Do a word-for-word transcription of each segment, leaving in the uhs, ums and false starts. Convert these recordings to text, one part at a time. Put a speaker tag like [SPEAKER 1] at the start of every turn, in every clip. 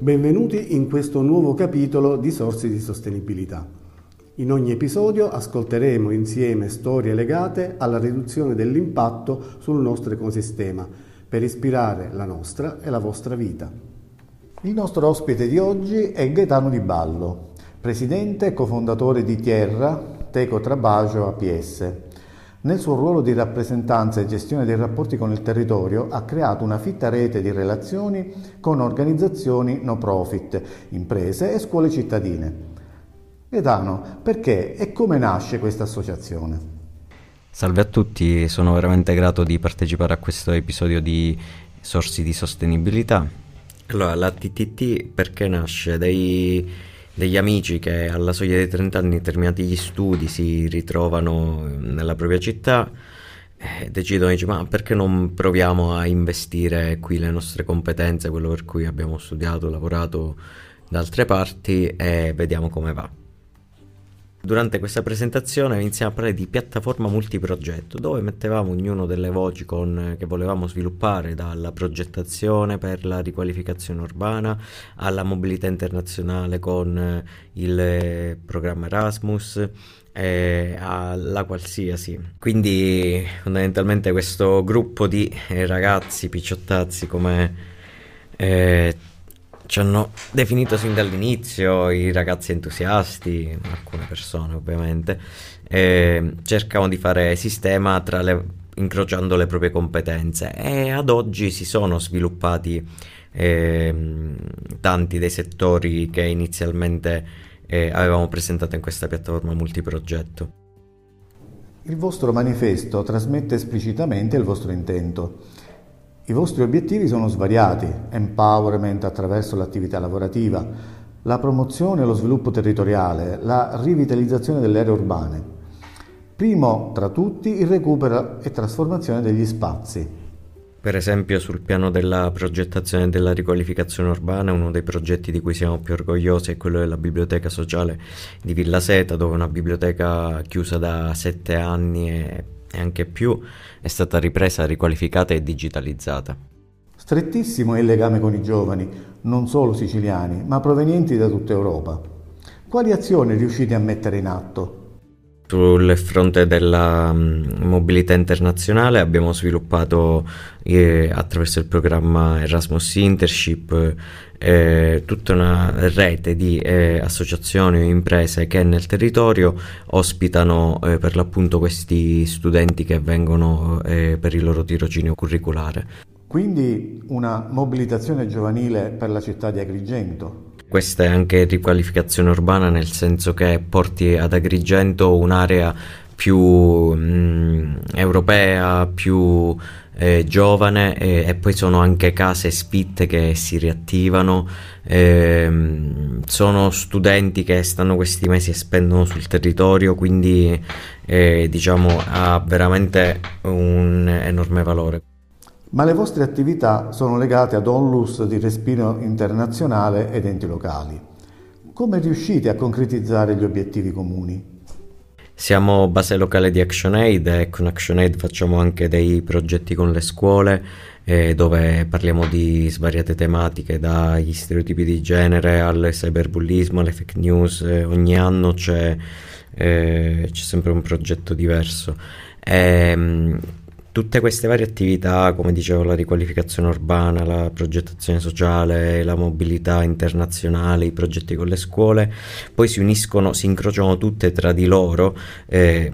[SPEAKER 1] Benvenuti in questo nuovo capitolo di Sorsi di Sostenibilità. In ogni episodio ascolteremo insieme storie legate alla riduzione dell'impatto sul nostro ecosistema per ispirare la nostra e la vostra vita.
[SPEAKER 2] Il nostro ospite di oggi è Gaetano Di Ballo, presidente e cofondatore di Tierra Teco Trabalho A P S. Nel suo ruolo di rappresentanza e gestione dei rapporti con il territorio ha creato una fitta rete di relazioni con organizzazioni no profit, imprese e scuole cittadine. Gaetano, perché e come nasce questa associazione?
[SPEAKER 3] Salve a tutti, sono veramente grato di partecipare a questo episodio di Sorsi di Sostenibilità. Allora, la T T T perché nasce? Dei... degli amici che alla soglia dei trenta anni, terminati gli studi, si ritrovano nella propria città e decidono di dire: ma perché non proviamo a investire qui le nostre competenze, quello per cui abbiamo studiato, lavorato da altre parti, e vediamo come va. Durante questa presentazione iniziamo a parlare di piattaforma multiprogetto, dove mettevamo ognuno delle voci con, che volevamo sviluppare, dalla progettazione per la riqualificazione urbana alla mobilità internazionale con il programma Erasmus e alla qualsiasi. Quindi fondamentalmente questo gruppo di ragazzi picciottazzi, come eh, ci hanno definito sin dall'inizio, i ragazzi entusiasti, alcune persone ovviamente, eh, cercavano di fare sistema tra le, incrociando le proprie competenze, e ad oggi si sono sviluppati eh, tanti dei settori che inizialmente eh, avevamo presentato in questa piattaforma multiprogetto.
[SPEAKER 2] Il vostro manifesto trasmette esplicitamente il vostro intento. I vostri obiettivi sono svariati: empowerment attraverso l'attività lavorativa, la promozione e lo sviluppo territoriale, la rivitalizzazione delle aree urbane. Primo tra tutti il recupero e trasformazione degli spazi.
[SPEAKER 3] Per esempio, sul piano della progettazione e della riqualificazione urbana, uno dei progetti di cui siamo più orgogliosi è quello della biblioteca sociale di Villa Seta, dove una biblioteca chiusa da sette anni e e anche più è stata ripresa, riqualificata e digitalizzata.
[SPEAKER 2] Strettissimo è il legame con i giovani, non solo siciliani, ma provenienti da tutta Europa. Quali azioni riuscite a mettere in atto?
[SPEAKER 3] Sul fronte della um, mobilità internazionale abbiamo sviluppato eh, attraverso il programma Erasmus Internship eh, tutta una rete di eh, associazioni o imprese che nel territorio ospitano eh, per l'appunto questi studenti che vengono eh, per il loro tirocinio curriculare.
[SPEAKER 2] Quindi una mobilitazione giovanile per la città di Agrigento.
[SPEAKER 3] Questa è anche riqualificazione urbana, nel senso che porti ad Agrigento un'area più mh, europea, più eh, giovane, e, e poi sono anche case spitte che si riattivano, eh, sono studenti che stanno questi mesi e spendono sul territorio, quindi eh, diciamo ha veramente un enorme valore.
[SPEAKER 2] Ma le vostre attività sono legate ad onlus di respiro internazionale ed enti locali. Come riuscite a concretizzare gli obiettivi comuni?
[SPEAKER 3] Siamo base locale di ActionAid e con ActionAid facciamo anche dei progetti con le scuole eh, dove parliamo di svariate tematiche, dagli stereotipi di genere al cyberbullismo, alle fake news. Eh, ogni anno c'è, eh, c'è sempre un progetto diverso. E, tutte queste varie attività, come dicevo, la riqualificazione urbana, la progettazione sociale, la mobilità internazionale, i progetti con le scuole, poi si uniscono, si incrociano tutte tra di loro eh,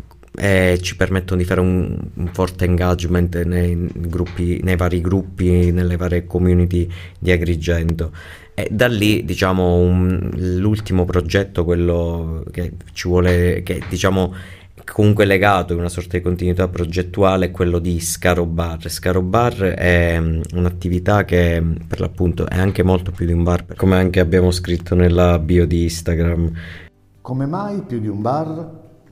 [SPEAKER 3] e ci permettono di fare un, un forte engagement nei, gruppi, nei vari gruppi, nelle varie community di Agrigento. E da lì, diciamo, un, l'ultimo progetto, quello che ci vuole, che diciamo comunque legato, è una sorta di continuità progettuale, è quello di Scaro Bar. Scaro Bar è um, un'attività che per l'appunto è anche molto più di un bar, come anche abbiamo scritto nella bio di Instagram.
[SPEAKER 2] Come mai più di un bar?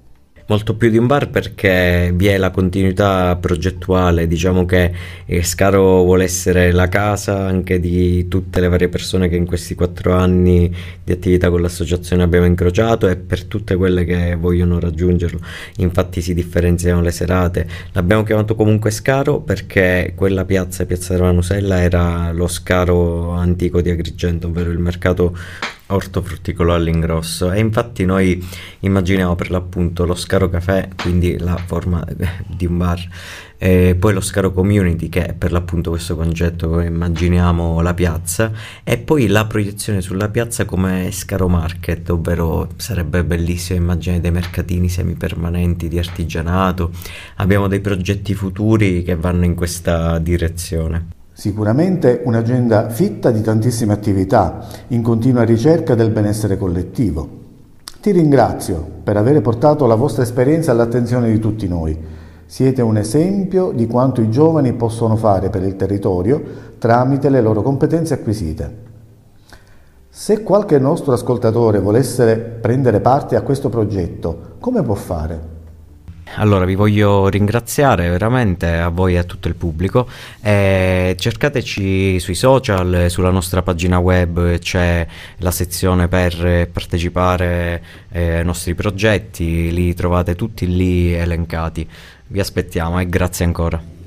[SPEAKER 3] Molto più di un bar perché vi è la continuità progettuale, diciamo che eh, Scaro vuole essere la casa anche di tutte le varie persone che in questi quattro anni di attività con l'associazione abbiamo incrociato e per tutte quelle che vogliono raggiungerlo. Infatti si differenziano le serate. L'abbiamo chiamato comunque Scaro perché quella piazza, Piazza della Manusella, era lo Scaro antico di Agrigento, ovvero il mercato ortofrutticolo all'ingrosso, e infatti noi immaginiamo per l'appunto lo Scaro Café, quindi la forma di un bar, e poi lo Scaro Community, che è per l'appunto questo concetto come immaginiamo la piazza, e poi la proiezione sulla piazza come Scaro Market, ovvero sarebbe bellissimo immaginare dei mercatini semipermanenti di artigianato. Abbiamo dei progetti futuri che vanno in questa direzione.
[SPEAKER 2] Sicuramente un'agenda fitta di tantissime attività, in continua ricerca del benessere collettivo. Ti ringrazio per aver portato la vostra esperienza all'attenzione di tutti noi. Siete un esempio di quanto i giovani possono fare per il territorio tramite le loro competenze acquisite. Se qualche nostro ascoltatore volesse prendere parte a questo progetto, come può fare?
[SPEAKER 3] Allora vi voglio ringraziare veramente a voi e a tutto il pubblico, e cercateci sui social, sulla nostra pagina web c'è la sezione per partecipare ai nostri progetti, li trovate tutti lì elencati. Vi aspettiamo e grazie ancora.